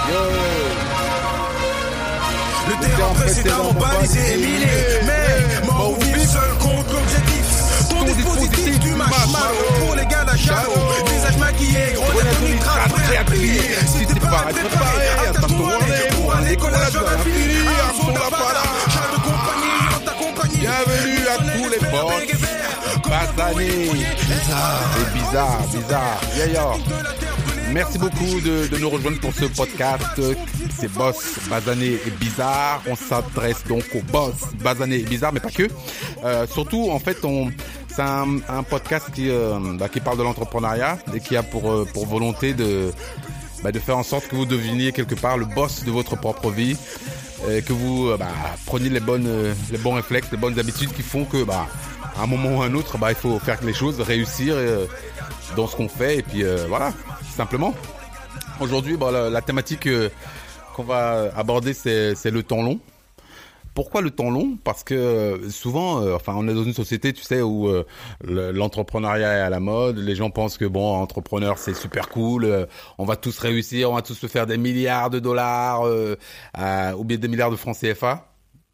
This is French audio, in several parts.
Le terrain précédemment balisé et miné, mais mort ou vif, seul contre l'objectif. Ton dispositif du match malo, pour les gars d'Acharo, visage maquillé, gros atomique, prêt à plier. Si t'es pas préparé, attache-toi pour un décollage va finir. Un son d'Afala, char de compagnie, en ta compagnie. Bienvenue à tous les potes. Basané. Bizarre. Yeah. Merci beaucoup de nous rejoindre pour ce podcast. C'est Boss, Basané et Bizarre. On s'adresse donc aux boss, Basané et Bizarre, mais pas que. Surtout, en fait, c'est un podcast qui parle de l'entrepreneuriat et qui a pour volonté de faire en sorte que vous deveniez quelque part le boss de votre propre vie, que vous preniez les bons réflexes, les bonnes habitudes qui font que à un moment ou à un autre, il faut faire les choses, réussir dans ce qu'on fait et puis voilà, simplement. Aujourd'hui, la thématique qu'on va aborder, c'est le temps long. Pourquoi le temps long ? Parce que souvent, on est dans une société, tu sais, où l'entrepreneuriat est à la mode. Les gens pensent que entrepreneur c'est super cool. On va tous réussir, on va tous se faire des milliards de dollars ou bien des milliards de francs CFA.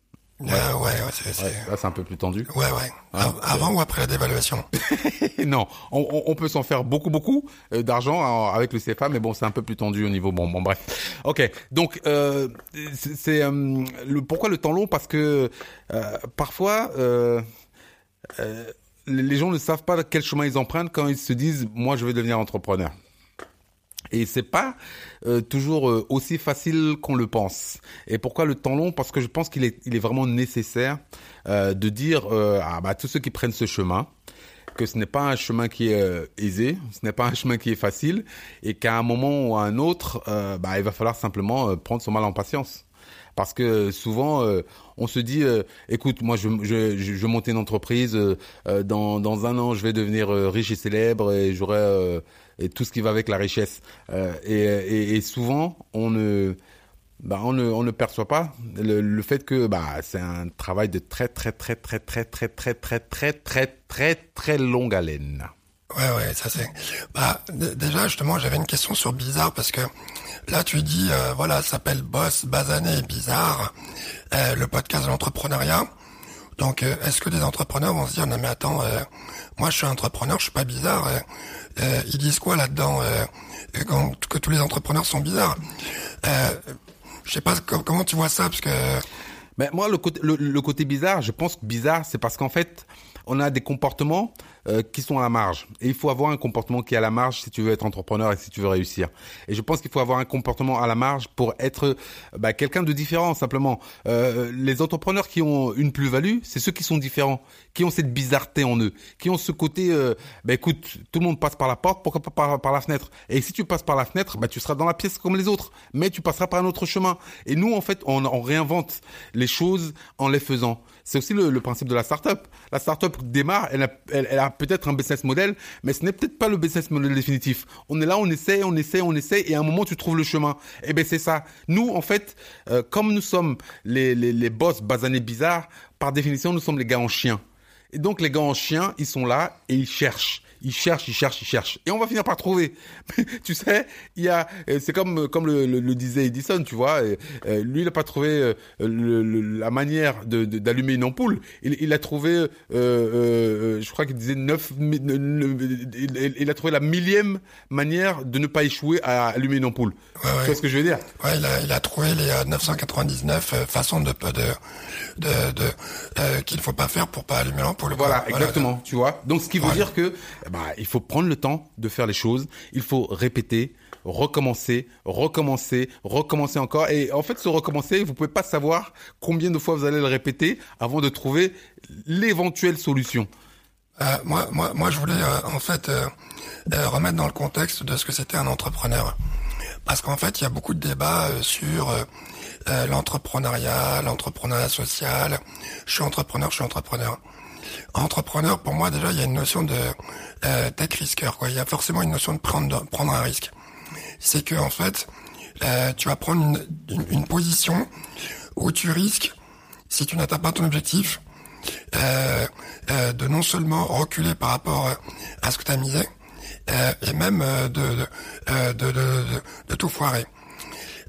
Là, c'est un peu plus tendu. Ouais. Avant ou après la dévaluation? Non, on peut s'en faire beaucoup d'argent avec le CFA, mais bon, c'est un peu plus tendu au niveau. Bon, bref. Ok. Donc, c'est pourquoi le temps long? Parce que parfois, les gens ne savent pas quel chemin ils empruntent quand ils se disent, moi, je vais devenir entrepreneur. Et c'est pas toujours aussi facile qu'on le pense. Et pourquoi le temps long ? Parce que je pense qu'il est vraiment nécessaire de dire à tous ceux qui prennent ce chemin que ce n'est pas un chemin qui est aisé, ce n'est pas un chemin qui est facile, et qu'à un moment ou à un autre, il va falloir simplement prendre son mal en patience. Parce que souvent, on se dit, écoute, moi, je vais monter une entreprise. Dans un an, je vais devenir riche et célèbre et j'aurai et tout ce qui va avec la richesse. Et souvent, on ne perçoit pas le fait que c'est un travail de très longue haleine. Ouais, ça c'est. Déjà justement, j'avais une question sur Bizarre parce que là tu dis ça s'appelle Boss, Basané et Bizarre, le podcast de l'entrepreneuriat. Donc est-ce que des entrepreneurs vont se dire non mais attends, moi je suis entrepreneur, je suis pas bizarre. Ils disent quoi là-dedans que tous les entrepreneurs sont bizarres. Je sais pas comment tu vois ça parce que. Mais moi le côté bizarre, je pense que bizarre c'est parce qu'en fait on a des comportements qui sont à la marge. Et il faut avoir un comportement qui est à la marge si tu veux être entrepreneur et si tu veux réussir. Et je pense qu'il faut avoir un comportement à la marge pour être quelqu'un de différent, simplement. Les entrepreneurs qui ont une plus-value, c'est ceux qui sont différents, qui ont cette bizarreté en eux, qui ont ce côté, écoute, tout le monde passe par la porte, pourquoi pas par la fenêtre ? Et si tu passes par la fenêtre, tu seras dans la pièce comme les autres, mais tu passeras par un autre chemin. Et nous, en fait, on réinvente les choses en les faisant. C'est aussi le principe de la start-up. La start-up démarre, elle a peut-être un business model, mais ce n'est peut-être pas le business model définitif. On est là, on essaie, et à un moment, tu trouves le chemin. Et c'est ça. Nous, en fait, comme nous sommes les boss basanés bizarres, par définition, nous sommes les gars en chien. Et donc, les gars en chien, ils sont là et ils cherchent. Ils cherchent. Et on va finir par trouver. Tu sais, c'est comme le disait Edison, tu vois. Lui, il n'a pas trouvé la manière d'allumer une ampoule. Il a trouvé, je crois qu'il disait il a trouvé la millième manière de ne pas échouer à allumer une ampoule. Ouais. Tu vois ce que je veux dire? Ouais, il a trouvé les 999 façons qu'il ne faut pas faire pour pas allumer l'ampoule. Voilà, exactement, tu vois. Donc, ce qui veut dire que il faut prendre le temps de faire les choses. Il faut répéter, recommencer encore. Et en fait, ce recommencer, vous pouvez pas savoir combien de fois vous allez le répéter avant de trouver l'éventuelle solution. Moi, je voulais remettre dans le contexte de ce que c'était un entrepreneur. Parce qu'en fait, il y a beaucoup de débats sur l'entrepreneuriat social. Je suis entrepreneur. Entrepreneur, pour moi, déjà, il y a une notion de tech risqueur, quoi. Il y a forcément une notion de prendre un risque. C'est que, en fait, tu vas prendre une position où tu risques, si tu n'atteins pas ton objectif, de non seulement reculer par rapport à ce que tu as misé, et même de tout foirer.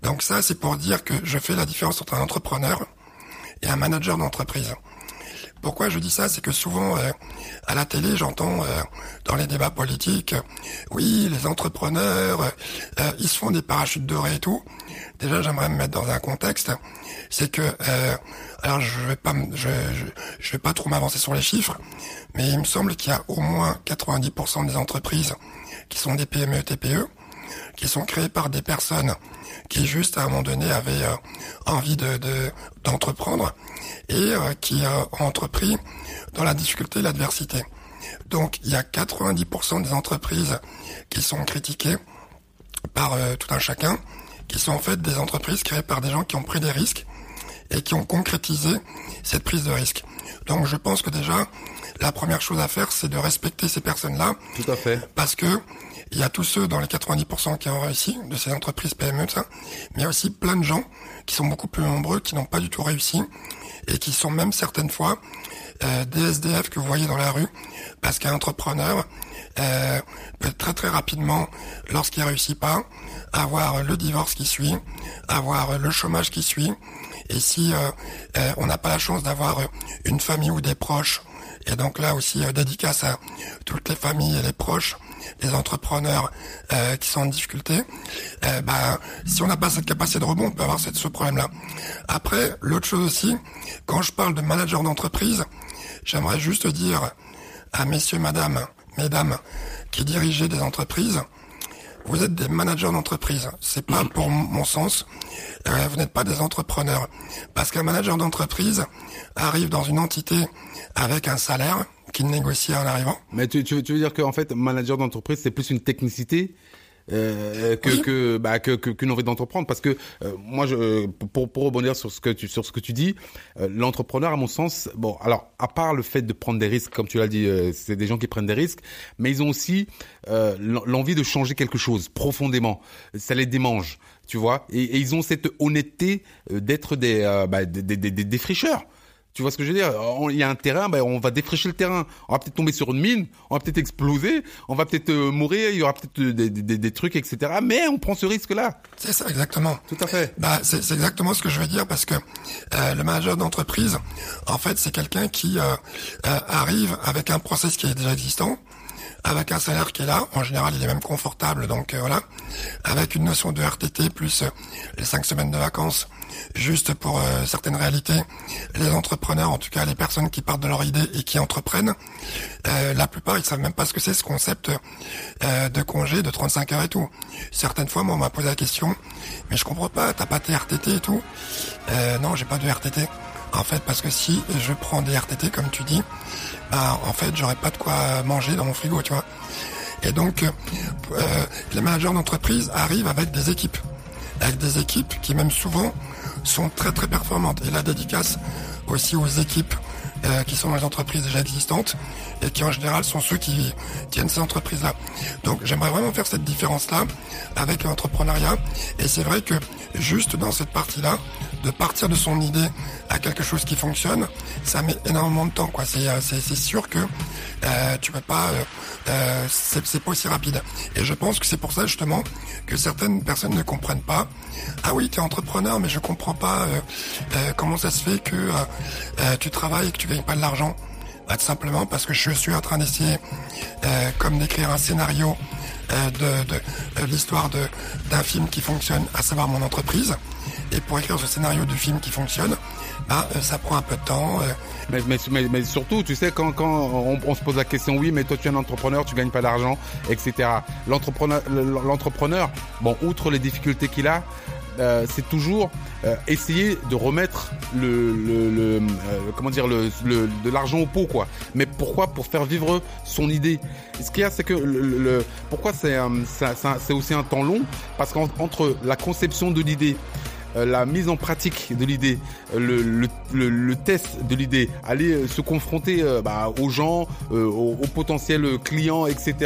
Donc ça, c'est pour dire que je fais la différence entre un entrepreneur et un manager d'entreprise. Pourquoi je dis ça? C'est que souvent, à la télé, j'entends dans les débats politiques, oui, les entrepreneurs, ils se font des parachutes dorés et tout. Déjà, j'aimerais me mettre dans un contexte, c'est que, alors je vais pas trop m'avancer sur les chiffres, mais il me semble qu'il y a au moins 90% des entreprises qui sont des PME, TPE, qui sont créées par des personnes qui juste à un moment donné avaient envie d'entreprendre et qui ont entrepris dans la difficulté et l'adversité. Donc il y a 90% des entreprises qui sont critiquées par tout un chacun, qui sont en fait des entreprises créées par des gens qui ont pris des risques et qui ont concrétisé cette prise de risque. Donc je pense que déjà, la première chose à faire, c'est de respecter ces personnes-là. Tout à fait. Parce que il y a tous ceux dans les 90% qui ont réussi, de ces entreprises PME, ça, mais il y a aussi plein de gens qui sont beaucoup plus nombreux, qui n'ont pas du tout réussi, et qui sont même certaines fois des SDF que vous voyez dans la rue, parce qu'un entrepreneur peut très très rapidement, lorsqu'il réussit pas, avoir le divorce qui suit, avoir le chômage qui suit, et si on n'a pas la chance d'avoir une famille ou des proches, et donc là aussi dédicace à toutes les familles et les proches des entrepreneurs qui sont en difficulté, si on n'a pas cette capacité de rebond, on peut avoir ce problème-là. Après, l'autre chose aussi, quand je parle de manager d'entreprise, j'aimerais juste dire à messieurs, mesdames, qui dirigez des entreprises, vous êtes des managers d'entreprise. C'est pas pour mon sens. Vous n'êtes pas des entrepreneurs. Parce qu'un manager d'entreprise arrive dans une entité avec un salaire qu'il négocie en arrivant. Mais tu veux dire qu'en fait, manager d'entreprise, c'est plus une technicité qu'une envie d'entreprendre, parce que moi pour rebondir sur ce que tu dis, l'entrepreneur à mon sens, bon, alors à part le fait de prendre des risques, comme tu l'as dit, c'est des gens qui prennent des risques, mais ils ont aussi l'envie de changer quelque chose profondément, ça les démange, tu vois, et ils ont cette honnêteté d'être des défricheurs. Tu vois ce que je veux dire? Il y a un terrain, on va défricher le terrain. On va peut-être tomber sur une mine, on va peut-être exploser, on va peut-être mourir, il y aura peut-être des trucs, etc. Mais on prend ce risque-là. C'est ça, exactement. Tout à fait. C'est exactement ce que je veux dire, parce que le manager d'entreprise, en fait, c'est quelqu'un qui arrive avec un process qui est déjà existant, avec un salaire qui est là. En général, il est même confortable, donc voilà. Avec une notion de RTT plus les 5 semaines de vacances, juste pour certaines réalités. Les entrepreneurs, en tout cas les personnes qui partent de leur idée et qui entreprennent, la plupart ils savent même pas ce que c'est, ce concept de congé de 35 heures et tout. Certaines fois, moi on m'a posé la question, mais je comprends pas, t'as pas tes RTT et tout? Non, j'ai pas de RTT. En fait, parce que si je prends des RTT comme tu dis, en fait j'aurais pas de quoi manger dans mon frigo, tu vois. Et donc les managers d'entreprise arrivent avec des équipes qui même souvent sont très très performantes. Et la dédicace aussi aux équipes qui sont dans les entreprises déjà existantes et qui en général sont ceux qui tiennent ces entreprises-là. Donc j'aimerais vraiment faire cette différence-là avec l'entrepreneuriat. Et c'est vrai que juste dans cette partie-là, de partir de son idée à quelque chose qui fonctionne, ça met énormément de temps, quoi. C'est sûr que tu peux pas, c'est pas aussi rapide. Et je pense que c'est pour ça justement que certaines personnes ne comprennent pas. Ah oui, t'es entrepreneur, mais je comprends pas comment ça se fait que tu travailles et que tu gagnes pas de l'argent. Tout simplement parce que je suis en train d'essayer comme d'écrire un scénario de l'histoire d'un film qui fonctionne, à savoir mon entreprise. Et pour écrire ce scénario du film qui fonctionne, ça prend un peu de temps. Mais surtout, tu sais, quand on se pose la question, oui, mais toi tu es un entrepreneur, tu gagnes pas d'argent, etc. L'entrepreneur, bon, outre les difficultés qu'il a, c'est toujours essayer de remettre de l'argent au pot, quoi. Mais pourquoi? Pour faire vivre son idée. Ce qu'il y a, c'est que pourquoi c'est aussi un temps long, parce qu'entre la conception de l'idée, la mise en pratique de l'idée, le test de l'idée, aller se confronter aux gens, aux potentiels clients, etc.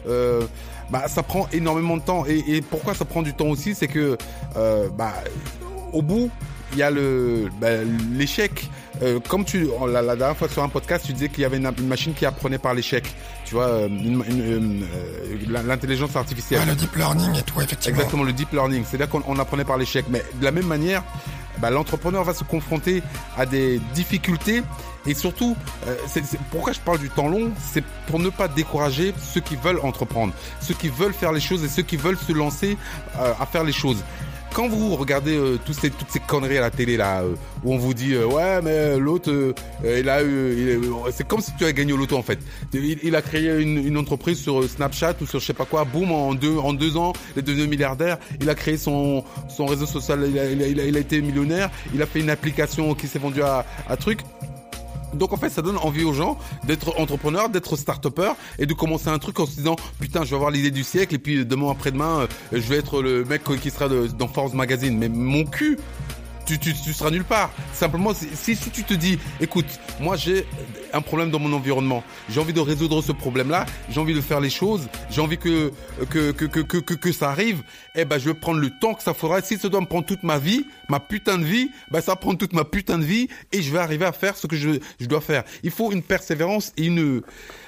Ça prend énormément de temps. Et pourquoi ça prend du temps aussi, c'est que au bout, il y a l'échec comme la dernière fois sur un podcast, tu disais qu'il y avait une machine qui apprenait par l'échec. Tu vois, l'intelligence artificielle. Ouais, le deep learning et tout, effectivement. Exactement, le deep learning. C'est-à-dire qu'on apprenait par l'échec. Mais de la même manière, l'entrepreneur va se confronter à des difficultés. Et surtout, pourquoi je parle du temps long, c'est pour ne pas décourager ceux qui veulent entreprendre, ceux qui veulent faire les choses et ceux qui veulent se lancer à faire les choses. Quand vous regardez toutes ces conneries à la télé là, où on vous dit ouais mais l'autre c'est comme si tu avais gagné au loto en fait. Il a créé une entreprise sur Snapchat ou sur je sais pas quoi, boum en 2 ans, il est devenu milliardaire. Il a créé son réseau social, il a été millionnaire. Il a fait une application qui s'est vendue à truc. Donc en fait ça donne envie aux gens d'être entrepreneurs, d'être start-upers et de commencer un truc en se disant putain je vais avoir l'idée du siècle et puis demain après-demain je vais être le mec qui sera dans Forbes Magazine. Mais mon cul, tu seras nulle part. Simplement si tu te dis écoute, moi j'ai un problème dans mon environnement, j'ai envie de résoudre ce problème-là, j'ai envie de faire les choses, j'ai envie que ça arrive, je vais prendre le temps que ça faudra. Si ça doit me prendre toute ma vie, ma putain de vie, ça va prendre toute ma putain de vie et je vais arriver à faire ce que je dois faire. Il faut une persévérance et il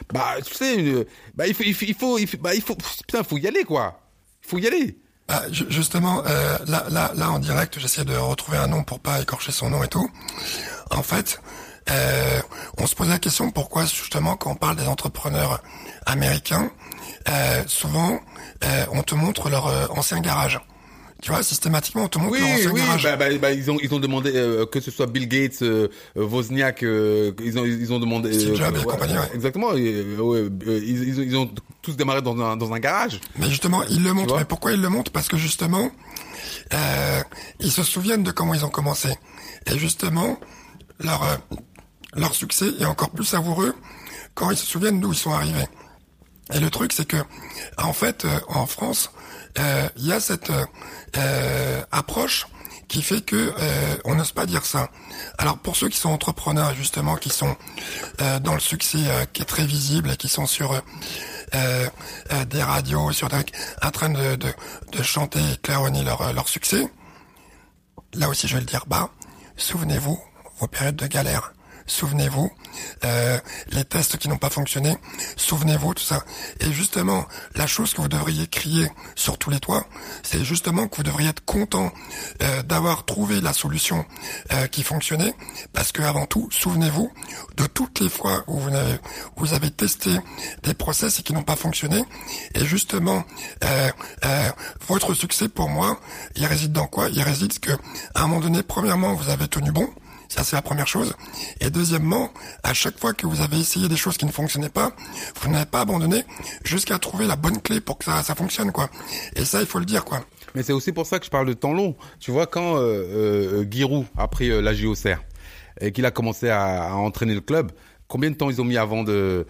faut y aller quoi. Il faut y aller. Justement, là en direct, j'essaie de retrouver un nom pour pas écorcher son nom et tout. En fait, on se pose la question pourquoi justement quand on parle des entrepreneurs américains, souvent on te montre leur ancien garage. Tu vois, systématiquement, on te montre leur ancien garage. Ils ont demandé que ce soit Bill Gates, Wozniak, ils ont demandé. Steve Jobs et compagnie. Ouais. Exactement. Ils ont tous démarré dans un garage. Mais justement, ils le montrent. Mais pourquoi ils le montrent? Parce que justement, ils se souviennent de comment ils ont commencé. Et justement, leur succès est encore plus savoureux quand ils se souviennent d'où ils sont arrivés. Et le truc, c'est que, en fait, en France, il y a cette approche qui fait que on n'ose pas dire ça. Alors pour ceux qui sont entrepreneurs justement, qui sont dans le succès qui est très visible et qui sont sur des radios, en train de chanter et claironner leur succès, là aussi je vais le dire souvenez-vous vos périodes de galère. Souvenez-vous, les tests qui n'ont pas fonctionné, souvenez-vous, tout ça. Et justement, la chose que vous devriez crier sur tous les toits, c'est justement que vous devriez être content d'avoir trouvé la solution qui fonctionnait, parce que avant tout, souvenez-vous de toutes les fois où vous avez testé des process et qui n'ont pas fonctionné. Et justement, votre succès pour moi, il réside dans quoi? Il réside que, à un moment donné, premièrement, vous avez tenu bon. Ça, c'est la première chose. Et deuxièmement, à chaque fois que vous avez essayé des choses qui ne fonctionnaient pas, vous n'avez pas abandonné jusqu'à trouver la bonne clé pour que ça fonctionne, quoi. Et ça, il faut le dire, quoi. Mais c'est aussi pour ça que je parle de temps long. Tu vois, quand Giroud a pris la JOCR et qu'il a commencé à entraîner le club, combien de temps ils ont mis avant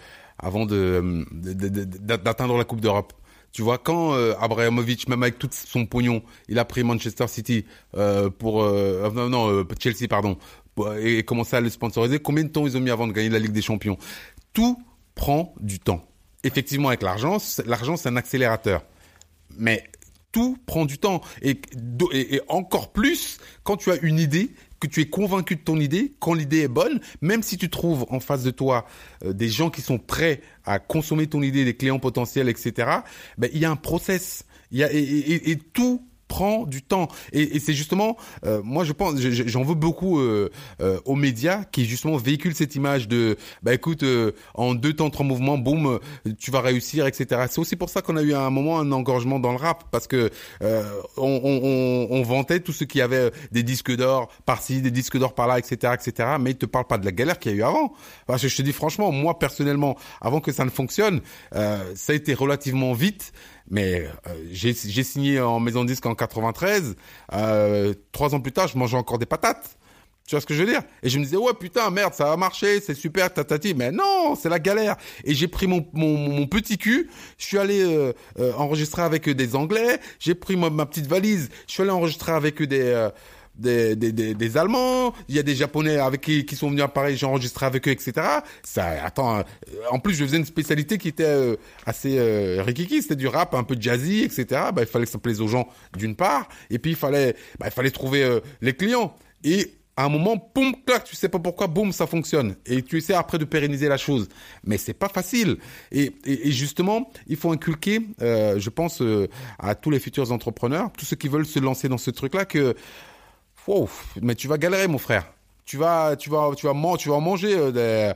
d'atteindre la Coupe d'Europe? Tu vois, quand Abramovich, même avec tout son pognon, il a pris Manchester City Chelsea, pardon, et commencé à le sponsoriser, combien de temps ils ont mis avant de gagner la Ligue des Champions? Tout prend du temps. Effectivement, avec l'argent, c'est un accélérateur. Mais tout prend du temps. Et encore plus quand tu as une idée, que tu es convaincu de ton idée, quand l'idée est bonne, même si tu trouves en face de toi des gens qui sont prêts à consommer ton idée, des clients potentiels, etc., il y a un process. Et tout prend du temps. Et c'est justement, moi je pense, j'en veux beaucoup aux médias qui justement véhiculent cette image de, écoute, en 2 temps, 3 mouvements, boum, tu vas réussir, etc. C'est aussi pour ça qu'on a eu à un moment un engorgement dans le rap, parce que on vantait tous ceux qui avaient des disques d'or par-ci, des disques d'or par-là, etc., mais ils te parlent pas de la galère qu'il y a eu avant. Parce que je te dis franchement, moi personnellement, avant que ça ne fonctionne, ça a été relativement vite. Mais j'ai signé en maison de disque en 93. 3 ans plus tard, je mangeais encore des patates. Tu vois ce que je veux dire? Et je me disais, ouais, putain, merde, ça va marcher, c'est super, tatati. Mais non, c'est la galère. Et j'ai pris mon petit cul. Je suis allé enregistrer avec des Anglais. J'ai pris ma petite valise. Je suis allé enregistrer avec des Allemands, il y a des Japonais avec qui sont venus à Paris, j'ai enregistré avec eux, etc. En plus, je faisais une spécialité qui était assez rikiki, c'était du rap un peu jazzy, etc. Il fallait que ça plaise aux gens d'une part, et puis il fallait trouver les clients. Et à un moment, boum, clac, tu sais pas pourquoi, boum, ça fonctionne. Et tu essaies après de pérenniser la chose. Mais c'est pas facile. Et justement, il faut inculquer, je pense, à tous les futurs entrepreneurs, tous ceux qui veulent se lancer dans ce truc-là, que, wow, mais tu vas galérer, mon frère. Tu vas manger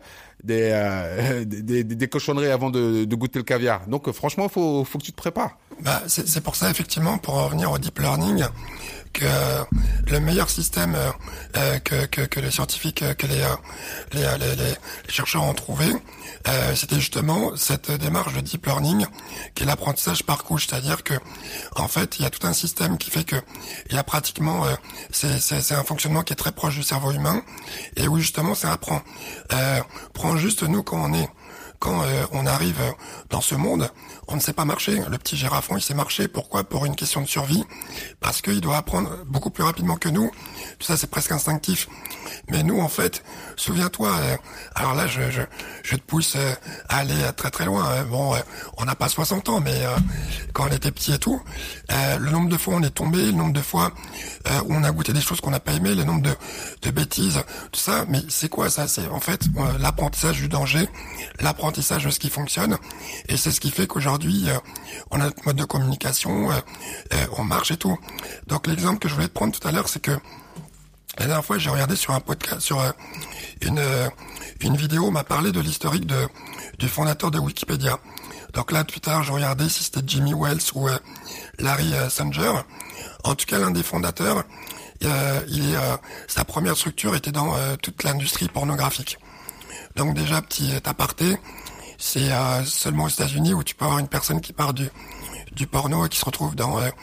des cochonneries avant de goûter le caviar. Donc franchement, faut que tu te prépares. Bah, c'est pour ça, effectivement, pour revenir au deep learning, que le meilleur système que les scientifiques, que les chercheurs ont trouvé, c'était justement cette démarche de deep learning, qui est l'apprentissage par couche. C'est-à-dire que, en fait, il y a tout un système qui fait que il y a pratiquement, c'est un fonctionnement qui est très proche du cerveau humain, et où justement ça apprend. Prends juste nous quand on arrive dans ce monde, on ne sait pas marcher. Le petit gérafon, il sait marcher. Pourquoi? Pour une question de survie. Parce qu'il doit apprendre beaucoup plus rapidement que nous. Tout ça, c'est presque instinctif. Mais nous, en fait, souviens-toi, alors là, je te pousse à aller très très loin. Bon, on n'a pas 60 ans, mais quand on était petit et tout, le nombre de fois où on est tombé, le nombre de fois où on a goûté des choses qu'on n'a pas aimées, le nombre de bêtises, tout ça. Mais c'est quoi ça? C'est en fait l'apprentissage du danger, l'apprentissage de ce qui fonctionne. Et c'est ce qui fait qu'aujourd'hui, on a notre mode de communication, on marche et tout. Donc l'exemple que je voulais te prendre tout à l'heure, c'est que la dernière fois, j'ai regardé sur un podcast, sur une vidéo, on m'a parlé de l'historique du fondateur de Wikipédia. Donc là, tout à l'heure, je regardais si c'était Jimmy Wales ou Larry Sanger. En tout cas, l'un des fondateurs, sa première structure était dans toute l'industrie pornographique. Donc déjà, petit aparté, c'est seulement aux États-Unis où tu peux avoir une personne qui part du porno et qui se retrouve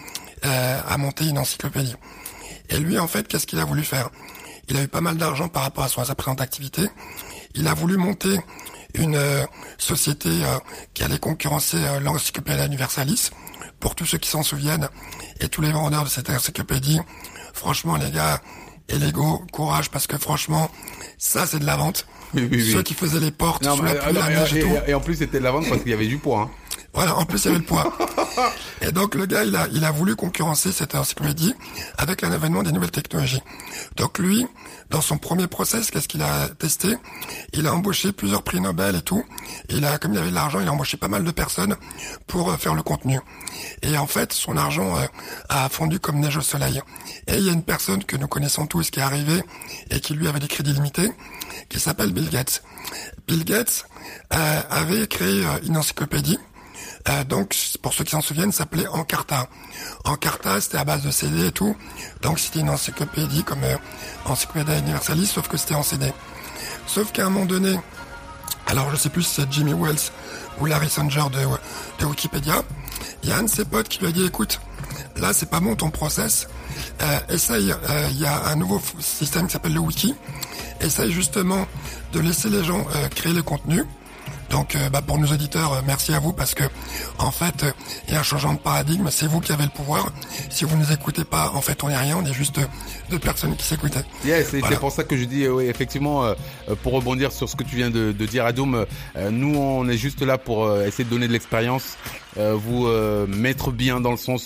à monter une encyclopédie. Et lui, en fait, qu'est-ce qu'il a voulu faire? Il a eu pas mal d'argent par rapport à sa présente activité. Il a voulu monter une société qui allait concurrencer l'encyclopédie Universalis. Pour tous ceux qui s'en souviennent, et tous les vendeurs de cette encyclopédie, franchement, les gars, et l'ego, courage, parce que franchement, ça, c'est de la vente. Oui. Ceux qui faisaient les portes sous la pluie, la neige et tout. Et en plus, c'était de la vente parce qu'il y avait du poids. Hein. Voilà, en plus il y avait le poids. Et donc le gars, il a voulu concurrencer cette encyclopédie avec l'avènement des nouvelles technologies. Donc lui, dans son premier process, qu'est-ce qu'il a testé? Il a embauché plusieurs prix Nobel et tout. Et comme il avait de l'argent, il a embauché pas mal de personnes pour faire le contenu. Et en fait, son argent a fondu comme neige au soleil. Et il y a une personne que nous connaissons tous qui est arrivée et qui lui avait des crédits limités, qui s'appelle Bill Gates. Bill Gates avait créé une encyclopédie. Donc, pour ceux qui s'en souviennent, ça s'appelait Encarta. Encarta, c'était à base de CD et tout. Donc, c'était une encyclopédie comme Encyclopédia Universalis, sauf que c'était en CD. Sauf qu'à un moment donné, alors je sais plus si c'est Jimmy Wales ou Larry Sanger de Wikipédia, il y a un de ses potes qui lui a dit, écoute, là, c'est pas bon ton process. Essaye, il y a un nouveau système qui s'appelle le wiki. Essaye justement de laisser les gens créer le contenu. Donc, pour nos auditeurs, merci à vous parce que, en fait, il y a un changement de paradigme. C'est vous qui avez le pouvoir. Si vous ne nous écoutez pas, en fait, on n'est rien. On est juste deux personnes qui s'écoutent. Yes, c'est pour ça que je dis, oui, effectivement, pour rebondir sur ce que tu viens de dire, Adoum, nous, on est juste là pour essayer de donner de l'expérience, vous mettre bien dans le sens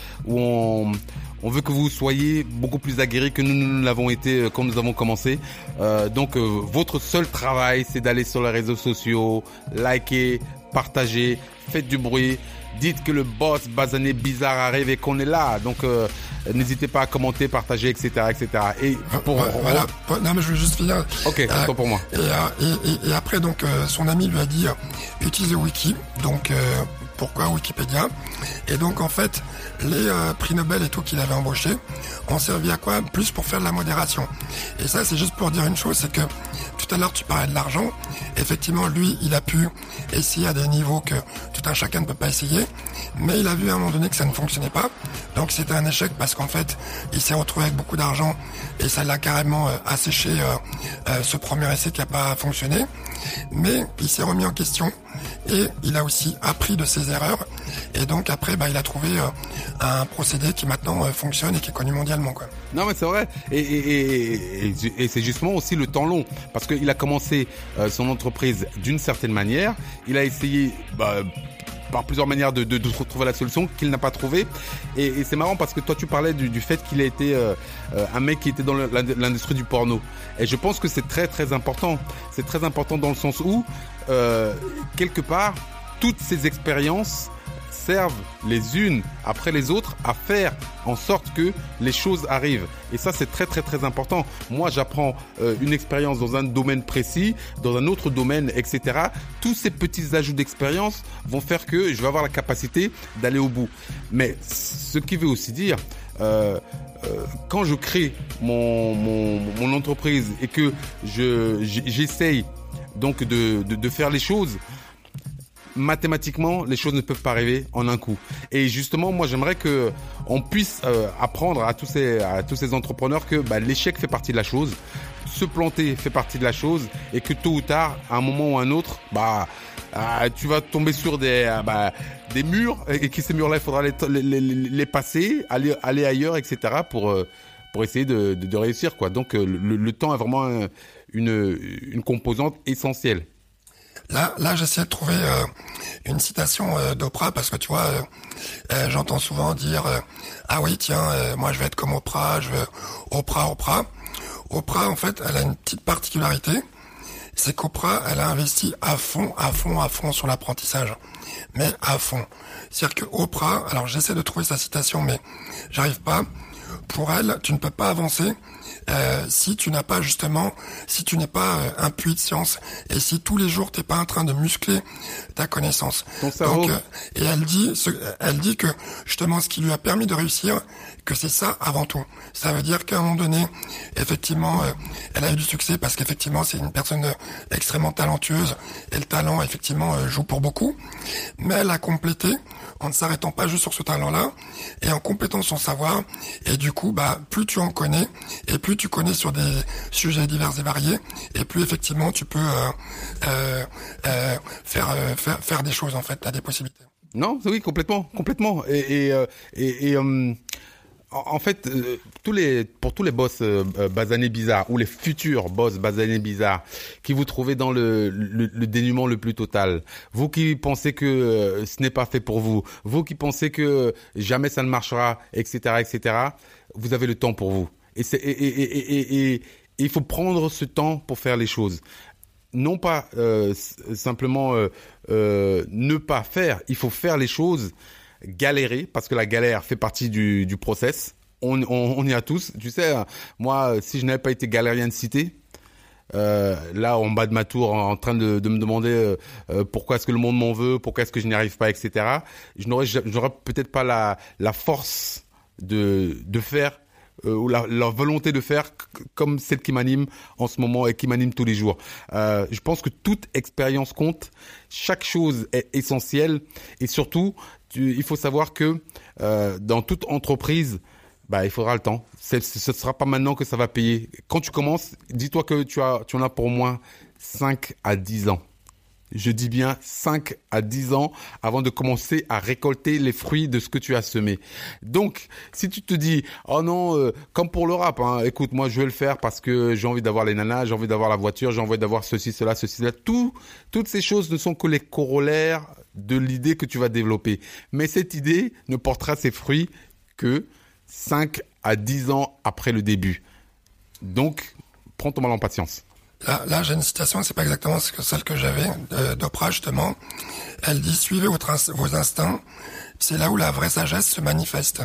où on veut que vous soyez beaucoup plus aguerris que nous l'avons été quand nous avons commencé. Donc, votre seul travail, c'est d'aller sur les réseaux sociaux, liker, partager, faites du bruit. Dites que le boss Basané Bizarre arrive et qu'on est là. Donc, n'hésitez pas à commenter, partager, etc., etc. Et voilà. Non, mais je veux juste finir. Ok, c'est pour moi. Et après, donc, son ami lui a dit, utilise le wiki. Donc, pourquoi Wikipédia? Et donc, en fait, les prix Nobel et tout qu'il avait embauché ont servi à quoi? Plus pour faire de la modération. Et ça, c'est juste pour dire une chose, c'est que tout à l'heure, tu parlais de l'argent. Effectivement, lui, il a pu essayer à des niveaux que tout un chacun ne peut pas essayer. Mais il a vu à un moment donné que ça ne fonctionnait pas. Donc, c'était un échec parce qu'en fait, il s'est retrouvé avec beaucoup d'argent et ça l'a carrément asséché ce premier essai qui n'a pas fonctionné. Mais il s'est remis en question et il a aussi appris de ses erreurs. Et donc, après, il a trouvé un procédé qui maintenant fonctionne et qui est connu mondialement, quoi. Non, mais c'est vrai. Et c'est justement aussi le temps long. Parce qu'il a commencé son entreprise d'une certaine manière. Il a essayé par plusieurs manières de trouver la solution qu'il n'a pas trouvé. Et c'est marrant parce que toi tu parlais du fait qu'il a été un mec qui était dans l'industrie du porno. Et je pense que c'est très très important. C'est très important dans le sens où quelque part toutes ces expériences servent les unes après les autres à faire en sorte que les choses arrivent. Et ça, c'est très, très, très important. Moi, j'apprends une expérience dans un domaine précis, dans un autre domaine, etc. Tous ces petits ajouts d'expérience vont faire que je vais avoir la capacité d'aller au bout. Mais ce qui veut aussi dire, quand je crée mon entreprise et que j'essaye donc de faire les choses, mathématiquement, les choses ne peuvent pas arriver en un coup. Et justement, moi, j'aimerais que on puisse apprendre à tous ces entrepreneurs que l'échec fait partie de la chose, se planter fait partie de la chose, et que tôt ou tard, à un moment ou à un autre, tu vas tomber sur des murs, et que ces murs-là, il faudra les passer, aller ailleurs, etc. pour essayer de réussir, quoi. Donc, le temps est vraiment une composante essentielle. Là, j'essaie de trouver une citation d'Oprah parce que tu vois, j'entends souvent dire ah oui tiens, moi je vais être comme Oprah, je veux Oprah. Oprah en fait, elle a une petite particularité, c'est qu'Oprah, elle a investi à fond sur l'apprentissage, mais à fond. C'est-à-dire que Oprah, alors j'essaie de trouver sa citation, mais j'arrive pas. Pour elle, tu ne peux pas avancer si tu n'as pas justement, si tu n'es pas un puits de science et si tous les jours t'es pas en train de muscler ta connaissance. Ton cerveau. Donc, et elle dit que justement ce qui lui a permis de réussir, que c'est ça avant tout. Ça veut dire qu'à un moment donné, effectivement, elle a eu du succès parce qu'effectivement c'est une personne extrêmement talentueuse et le talent effectivement joue pour beaucoup. Mais elle a complété en ne s'arrêtant pas juste sur ce talent-là et en complétant son savoir. Et du coup, plus tu en connais et plus tu connais sur des sujets divers et variés, et plus effectivement tu peux faire des choses en fait, t'as des possibilités. Non, oui, complètement. En fait, pour tous les boss basanés bizarres ou les futurs boss basanés bizarres qui vous trouvez dans le dénuement le plus total, vous qui pensez que ce n'est pas fait pour vous, vous qui pensez que jamais ça ne marchera, etc., vous avez le temps pour vous. Et il faut prendre ce temps pour faire les choses. Non pas simplement ne pas faire, il faut faire les choses. Galérer, parce que la galère fait partie du process. On y a tous. Tu sais, moi, si je n'avais pas été galérien de cité, là, en bas de ma tour, en train de me demander pourquoi est-ce que le monde m'en veut, pourquoi est-ce que je n'y arrive pas, etc., je n'aurais peut-être pas la force de faire ou la volonté de faire comme celle qui m'anime en ce moment et qui m'anime tous les jours. Je pense que toute expérience compte, chaque chose est essentielle et surtout, il faut savoir que dans toute entreprise, il faudra le temps. Ce sera pas maintenant que ça va payer. Quand tu commences, dis-toi que tu en as pour au moins 5 à 10 ans. Je dis bien 5 à 10 ans avant de commencer à récolter les fruits de ce que tu as semé. Donc, si tu te dis, oh non, comme pour le rap, écoute, moi je vais le faire parce que j'ai envie d'avoir les nanas, j'ai envie d'avoir la voiture, j'ai envie d'avoir ceci, cela. Toutes ces choses ne sont que les corollaires de l'idée que tu vas développer. Mais cette idée ne portera ses fruits que 5 à 10 ans après le début. Donc, prends ton mal en patience. Là, j'ai une citation, c'est pas exactement celle que j'avais d'Oprah justement. Elle dit: suivez vos instincts, c'est là où la vraie sagesse se manifeste.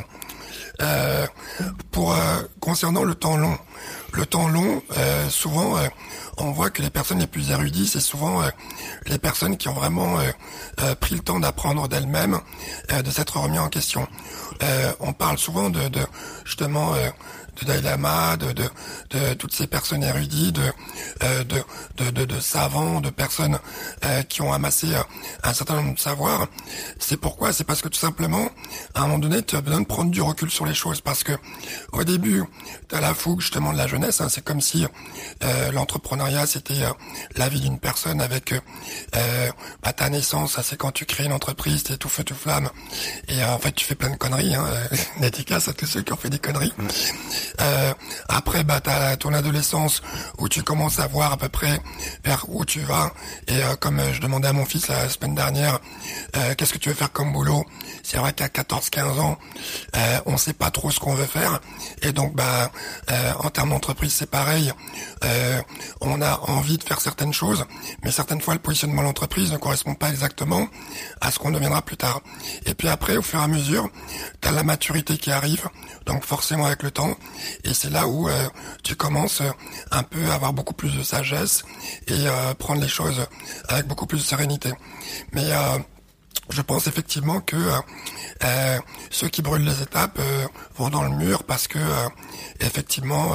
Concernant le temps long, souvent on voit que les personnes les plus érudites, c'est souvent les personnes qui ont vraiment pris le temps d'apprendre d'elles-mêmes, de s'être remis en question. On parle souvent de Dalai Lama, de toutes ces personnes érudites, de savants, de personnes qui ont amassé un certain nombre de savoirs. C'est pourquoi? C'est parce que tout simplement, à un moment donné, tu as besoin de prendre du recul sur les choses, parce que au début, tu as la fougue justement de la jeunesse. business, hein. C'est comme si l'entrepreneuriat c'était la vie d'une personne avec ta naissance, ça c'est quand tu crées une entreprise, t'es tout feu tout flamme, et en fait tu fais plein de conneries, hein. Dédicace à tous ceux qui ont fait des conneries. Après t'as ton adolescence où tu commences à voir à peu près vers où tu vas, et comme je demandais à mon fils la semaine dernière, qu'est-ce que tu veux faire comme boulot? C'est vrai qu'à 14-15 ans, on sait pas trop ce qu'on veut faire, et donc en termes d'entreprise c'est pareil. On a envie de faire certaines choses, mais certaines fois le positionnement de l'entreprise ne correspond pas exactement à ce qu'on deviendra plus tard. Et puis après, au fur et à mesure, t'as la maturité qui arrive, donc forcément avec le temps, et c'est là où tu commences un peu à avoir beaucoup plus de sagesse et prendre les choses avec beaucoup plus de sérénité. Mais je pense effectivement que ceux qui brûlent les étapes vont dans le mur parce que effectivement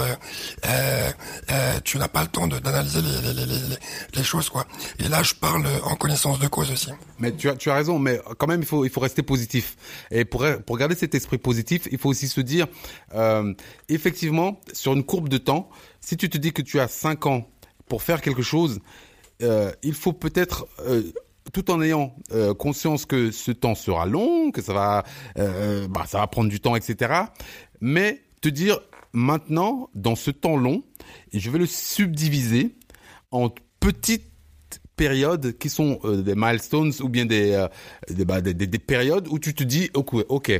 tu n'as pas le temps d'analyser les choses, quoi. Et là je parle en connaissance de cause aussi. Mais tu as raison, mais quand même il faut rester positif. Et pour garder cet esprit positif, il faut aussi se dire effectivement sur une courbe de temps, si tu te dis que tu as 5 ans pour faire quelque chose, il faut peut-être tout en ayant conscience que ce temps sera long, que ça va prendre du temps, etc. Mais te dire maintenant, dans ce temps long, je vais le subdiviser en petites périodes qui sont des milestones ou bien des périodes où tu te dis ok,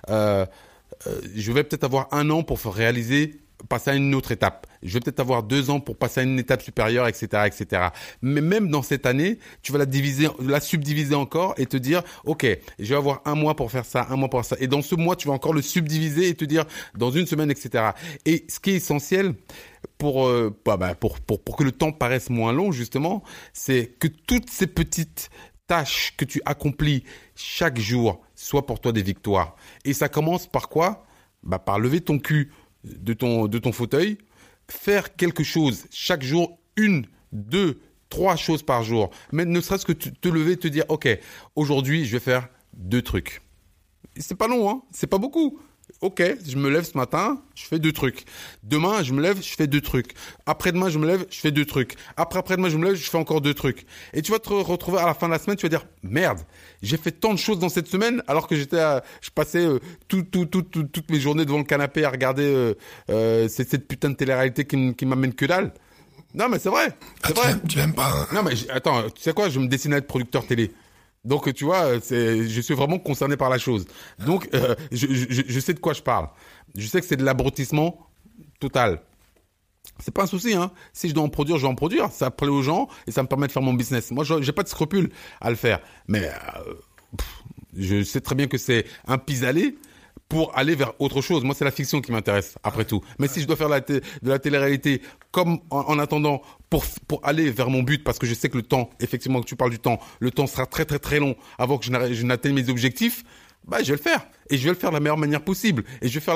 je vais peut-être avoir 1 an pour réaliser, passer à une autre étape. Je vais peut-être avoir 2 ans pour passer à une étape supérieure, etc., etc. Mais même dans cette année, tu vas la subdiviser encore et te dire, ok, je vais avoir 1 mois pour faire ça, 1 mois pour faire ça. Et dans ce mois, tu vas encore le subdiviser et te dire, dans une semaine, etc. Et ce qui est essentiel pour que le temps paraisse moins long, justement, c'est que toutes ces petites tâches que tu accomplis chaque jour soient pour toi des victoires. Et ça commence par quoi? Par lever ton cul de ton fauteuil, faire quelque chose chaque jour, 1, 2, 3 choses par jour, mais ne serait-ce que te lever et te dire ok, aujourd'hui je vais faire 2 trucs. Et c'est pas long, hein, c'est pas beaucoup. Ok, je me lève ce matin, je fais 2 trucs. Demain, je me lève, je fais 2 trucs. Après-demain, je me lève, je fais 2 trucs. Après-demain, je me lève, je fais encore 2 trucs. Et tu vas te retrouver à la fin de la semaine, tu vas dire merde, j'ai fait tant de choses dans cette semaine alors que je passais toutes mes journées devant le canapé à regarder cette putain de télé-réalité qui m'amène que dalle. Non mais c'est vrai, c'est vrai. Tu aimes pas. Hein. Non mais attends, tu sais quoi, je me destine à être producteur télé. Donc tu vois, je suis vraiment concerné par la chose. Donc je sais de quoi je parle. Je sais que c'est de l'abrutissement total. C'est pas un souci, hein. Si je dois en produire, je vais en produire. Ça plaît aux gens et ça me permet de faire mon business. Moi, j'ai pas de scrupules à le faire. Mais je sais très bien que c'est un pis-aller pour aller vers autre chose. Moi, c'est la fiction qui m'intéresse, après tout. Mais si je dois faire de la télé-réalité, comme en attendant, pour aller vers mon but, parce que je sais que le temps, effectivement, que tu parles du temps, le temps sera très très très long avant que je n'atteigne mes objectifs, je vais le faire. Et je vais le faire de la meilleure manière possible. Et je vais faire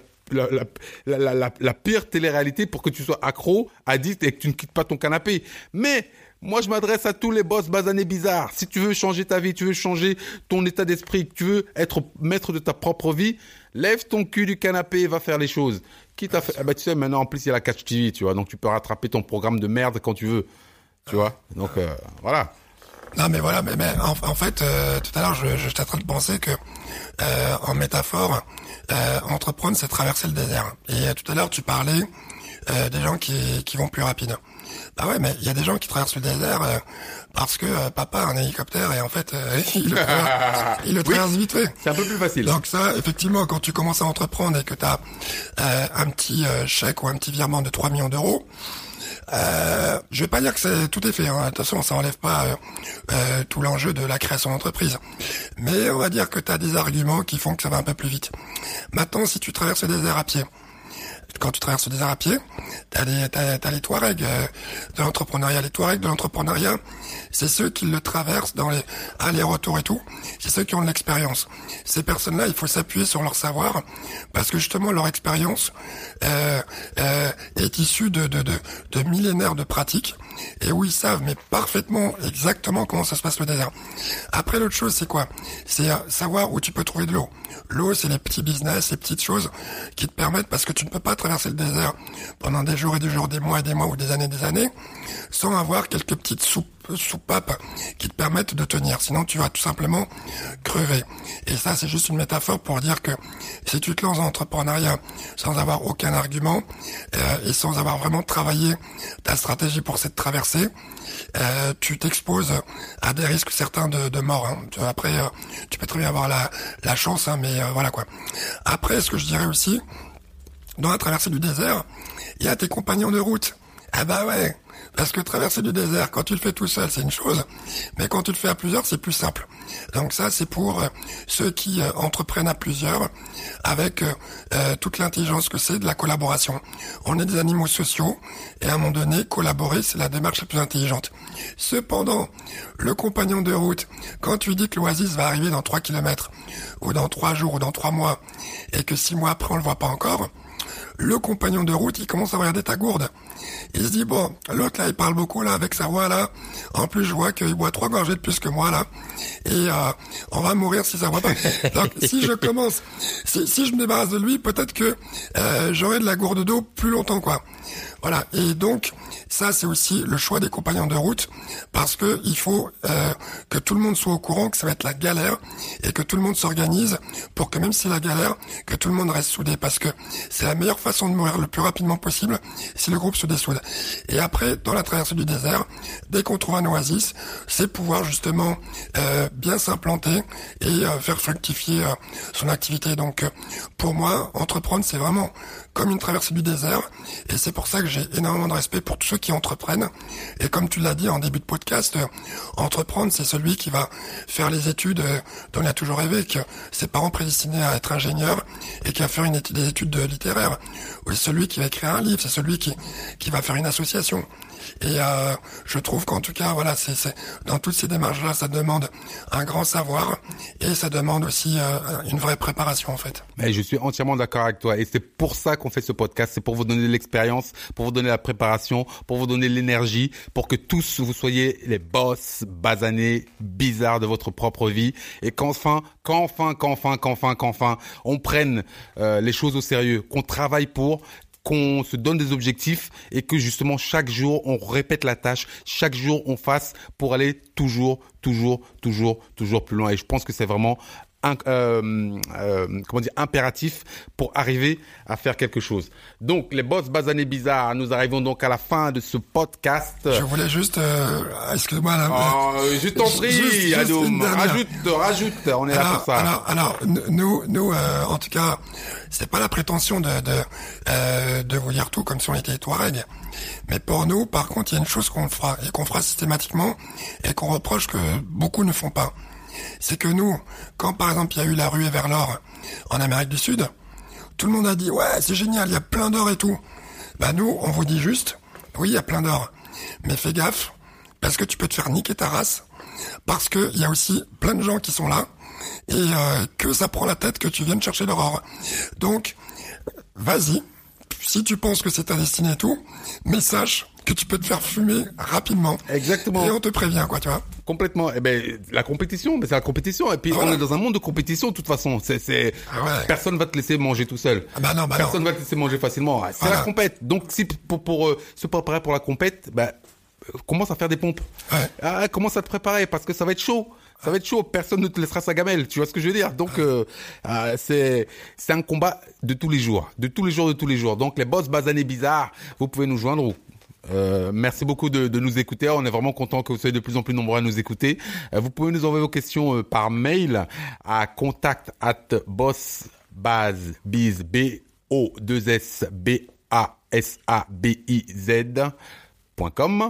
la pire télé-réalité pour que tu sois accro, addict et que tu ne quittes pas ton canapé. Mais moi, je m'adresse à tous les boss basanés bizarres. Si tu veux changer ta vie, tu veux changer ton état d'esprit, tu veux être maître de ta propre vie, lève ton cul du canapé et va faire les choses. Quitte à faire, tu sais, maintenant, en plus, il y a la Catch TV, tu vois. Donc, tu peux rattraper ton programme de merde quand tu veux. Tu vois. Donc, voilà. Non, mais voilà, mais en fait, tout à l'heure, j'étais en train de penser que, en métaphore, entreprendre, c'est traverser le désert. Et tout à l'heure, tu parlais des gens qui vont plus rapide. Bah ouais, mais il y a des gens qui traversent le désert parce que papa a un hélicoptère et en fait il le traverse vite fait. C'est un peu plus facile. Donc ça, effectivement, quand tu commences à entreprendre et que tu as un petit chèque ou un petit virement de 3 millions d'euros, je vais pas dire que tout est fait. Hein. Attention, ça enlève pas tout l'enjeu de la création d'entreprise. Mais on va dire que tu as des arguments qui font que ça va un peu plus vite. Maintenant, si tu traverses le désert à pied, quand tu traverses le désert à pied, t'as les Touaregs de l'entrepreneuriat. Les Touaregs de l'entrepreneuriat, c'est ceux qui le traversent dans les allers-retours et tout. C'est ceux qui ont de l'expérience. Ces personnes-là, il faut s'appuyer sur leur savoir parce que justement leur expérience est issue de millénaires de pratiques et où ils savent mais parfaitement exactement comment ça se passe le désert. Après, l'autre chose, c'est quoi? C'est savoir où tu peux trouver de l'eau. L'eau, c'est les petits business, les petites choses qui te permettent, parce que tu tu ne peux pas traverser le désert pendant des jours et des jours, des mois ou des années sans avoir quelques petites soupapes qui te permettent de tenir. Sinon, tu vas tout simplement crever. Et ça, c'est juste une métaphore pour dire que si tu te lances en entrepreneuriat sans avoir aucun argument et sans avoir vraiment travaillé ta stratégie pour cette traversée, tu t'exposes à des risques certains de mort. Hein. Après, tu peux très bien avoir la chance, hein, mais voilà quoi. Après, ce que je dirais aussi, dans la traversée du désert, il y a tes compagnons de route. Ah bah ouais, parce que traverser du désert, quand tu le fais tout seul, c'est une chose, mais quand tu le fais à plusieurs, c'est plus simple. Donc ça, c'est pour ceux qui entreprennent à plusieurs, avec toute l'intelligence que c'est de la collaboration. On est des animaux sociaux, et à un moment donné, collaborer, c'est la démarche la plus intelligente. Cependant, le compagnon de route, quand tu dis que l'oasis va arriver dans 3 kilomètres, ou dans 3 jours, ou dans 3 mois, et que 6 mois après, on le voit pas encore, le compagnon de route, il commence à regarder ta gourde. Il se dit, bon, l'autre là, il parle beaucoup là, avec sa voix là. En plus, je vois qu'il boit 3 gorgées de plus que moi là. Et on va mourir si ça va pas. Donc, si je commence, si je me débarrasse de lui, peut-être que j'aurai de la gourde d'eau plus longtemps, quoi. Voilà. Et donc, ça, c'est aussi le choix des compagnons de route, parce que il faut que tout le monde soit au courant que ça va être la galère et que tout le monde s'organise pour que même si la galère, que tout le monde reste soudé, parce que c'est la meilleure façon de mourir le plus rapidement possible si le groupe se dessoude. Et après, dans la traversée du désert, dès qu'on trouve un oasis, c'est pouvoir justement bien s'implanter et faire fructifier son activité. Donc, pour moi, entreprendre, c'est vraiment comme une traversée du désert, et c'est pour ça que j'ai énormément de respect pour tous ceux qui entreprennent. Et comme tu l'as dit en début de podcast, entreprendre, c'est celui qui va faire les études dont il a toujours rêvé, que ses parents prédestinaient à être ingénieur et qui va faire des études littéraires. Ou c'est celui qui va écrire un livre, c'est celui qui va faire une association. Et je trouve qu'en tout cas, voilà, c'est dans toutes ces démarches-là, ça demande un grand savoir et ça demande aussi une vraie préparation en fait. Mais je suis entièrement d'accord avec toi et c'est pour ça qu'on fait ce podcast, c'est pour vous donner de l'expérience, pour vous donner la préparation, pour vous donner l'énergie, pour que tous vous soyez les boss basanés, bizarres de votre propre vie et qu'enfin, on prenne les choses au sérieux, qu'on travaille pour, qu'on se donne des objectifs et que justement chaque jour on répète la tâche, chaque jour on fasse pour aller toujours plus loin. Et je pense que c'est vraiment impératif pour arriver à faire quelque chose. Donc les boss basanés bizarres, nous arrivons donc à la fin de ce podcast. Je voulais juste excuse-moi là. Je t'en prie, Adoum, rajoute, on est là pour ça. Alors nous en tout cas, c'est pas la prétention de vous dire tout comme si on était Touareg. Mais pour nous, par contre, il y a une chose qu'on fera et qu'on fera systématiquement et qu'on reproche que beaucoup ne font pas. C'est que nous, quand par exemple il y a eu la ruée vers l'or en Amérique du Sud, tout le monde a dit ouais c'est génial, il y a plein d'or et tout. Bah nous, on vous dit juste, oui il y a plein d'or, mais fais gaffe, parce que tu peux te faire niquer ta race, parce que il y a aussi plein de gens qui sont là, et que ça prend la tête que tu viennes chercher l'or. Donc, vas-y, si tu penses que c'est ta destinée et tout, mais sache que tu peux te faire fumer rapidement. Exactement. Et on te prévient, quoi, tu vois. Complètement. Eh ben, la compétition, c'est la compétition. Et puis, on est dans un monde de compétition, de toute façon. Personne va te laisser manger tout seul. Personne va te laisser manger facilement. C'est la compète. Donc, si, pour se préparer pour la compète, commence à faire des pompes. Ouais. Commence à te préparer parce que ça va être chaud. Ça va être chaud. Personne ne te laissera sa gamelle. Tu vois ce que je veux dire? Donc, c'est un combat de tous les jours. De tous les jours. Donc, les boss basanés bizarres, vous pouvez nous joindre. Merci beaucoup de nous écouter. On est vraiment content que vous soyez de plus en plus nombreux à nous écouter. Vous pouvez nous envoyer vos questions par mail à contact@bossbasabiz BOSSBASABIZ.com.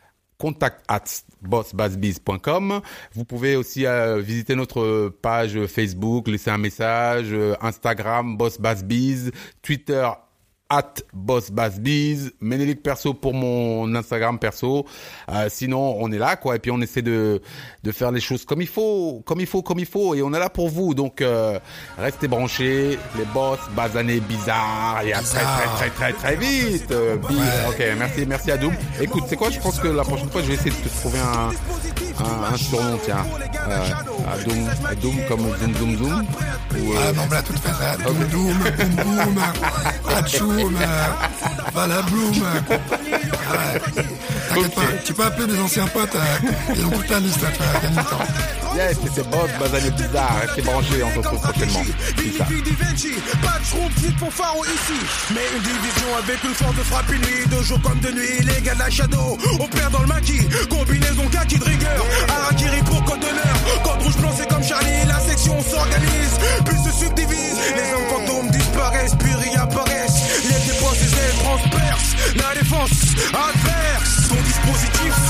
contact@bossbasabiz.com. Vous pouvez aussi visiter notre page Facebook, laisser un message, Instagram bossbasabiz, Twitter @bossbasabiz, Ménélique perso pour mon Instagram perso. Sinon, on est là, quoi. Et puis, on essaie de faire les choses comme il faut. Et on est là pour vous. Donc, restez branchés. Les boss basanés bizarres. Et à très vite. Ok, merci Adoum. Écoute, c'est quoi? Je pense que la prochaine fois, je vais essayer de te trouver un surnom, tiens. Doom comme Zoom. Ah non, mais là, tout fait ça. Doom, boom, Hachoum, Valabloom. T'inquiète pas, tu peux appeler mes anciens potes, ils ont toute la liste, tu vas gagner le temps. Yes, c'est Boss Basané Bizarre, restez branchés, on se retrouve prochainement. C'est ça. Pas de schrompf, pour Faro ici. Mais une division avec une force de frappe nuit, de jour comme de nuit, les gars de la Shadow. On perd dans le maquis, combinaison kaki de rigueur. Harakiri pour code d'honneur. Code rouge blanc, c'est comme Charlie, la section s'organise, puis se subdivise. Les hommes fantômes disparaissent, puis réapparaissent. Les dépenses, les ailes transpercent, la défense adverse. Ton dispositif